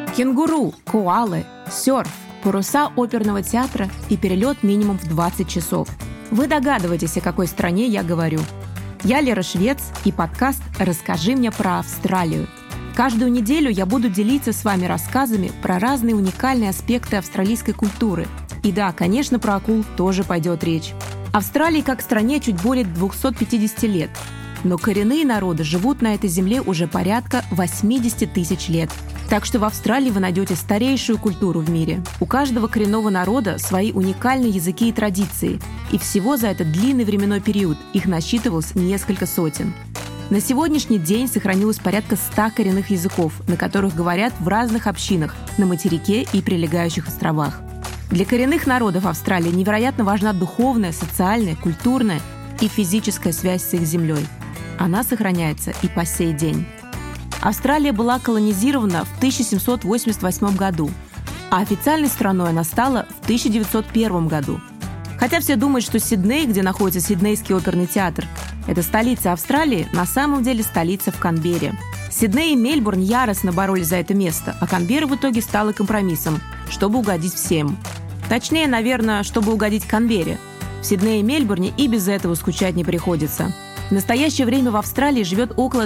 Кенгуру, коалы, серф, паруса оперного театра и перелет минимум в 20 часов. Вы догадываетесь, о какой стране я говорю. Я Лера Швец и подкаст «Расскажи мне про Австралию». Каждую неделю я буду делиться с вами рассказами про разные уникальные аспекты австралийской культуры. И да, конечно, про акул тоже пойдет речь. Австралии как стране чуть более 250 лет, но коренные народы живут на этой земле уже порядка 80 тысяч лет. Так что в Австралии вы найдете старейшую культуру в мире. У каждого коренного народа свои уникальные языки и традиции, и всего за этот длинный временной период их насчитывалось несколько сотен. На сегодняшний день сохранилось порядка 100 коренных языков, на которых говорят в разных общинах на материке и прилегающих островах. Для коренных народов Австралии невероятно важна духовная, социальная, культурная и физическая связь с их землей. Она сохраняется и по сей день. Австралия была колонизирована в 1788 году, а официальной страной она стала в 1901 году. Хотя все думают, что Сидней, где находится Сиднейский оперный театр, это столица Австралии, на самом деле столица в Канберре. Сидней и Мельбурн яростно боролись за это место, а Канберра в итоге стала компромиссом, чтобы угодить всем. Точнее, наверное, чтобы угодить Канберре. В Сиднее и Мельбурне и без этого скучать не приходится. В настоящее время в Австралии живет около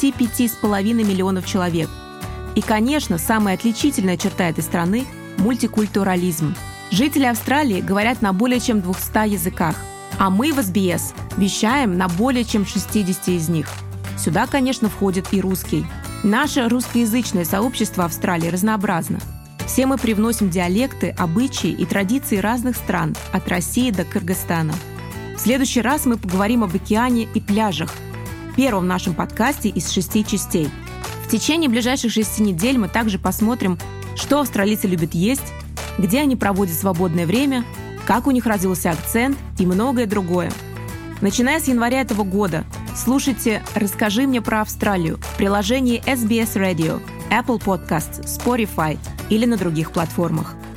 25,5 миллионов человек. И, конечно, самая отличительная черта этой страны – мультикультурализм. Жители Австралии говорят на более чем 200 языках, а мы в SBS вещаем на более чем 60 из них. Сюда, конечно, входит и русский. Наше русскоязычное сообщество Австралии разнообразно. Все мы привносим диалекты, обычаи и традиции разных стран, от России до Кыргызстана. В следующий раз мы поговорим об океане и пляжах, в первом нашем подкасте из 6 частей. В течение ближайших 6 недель мы также посмотрим, что австралийцы любят есть, где они проводят свободное время, как у них развился акцент и многое другое. Начиная с января этого года слушайте «Расскажи мне про Австралию» в приложении SBS Radio, Apple Podcasts, Spotify или на других платформах.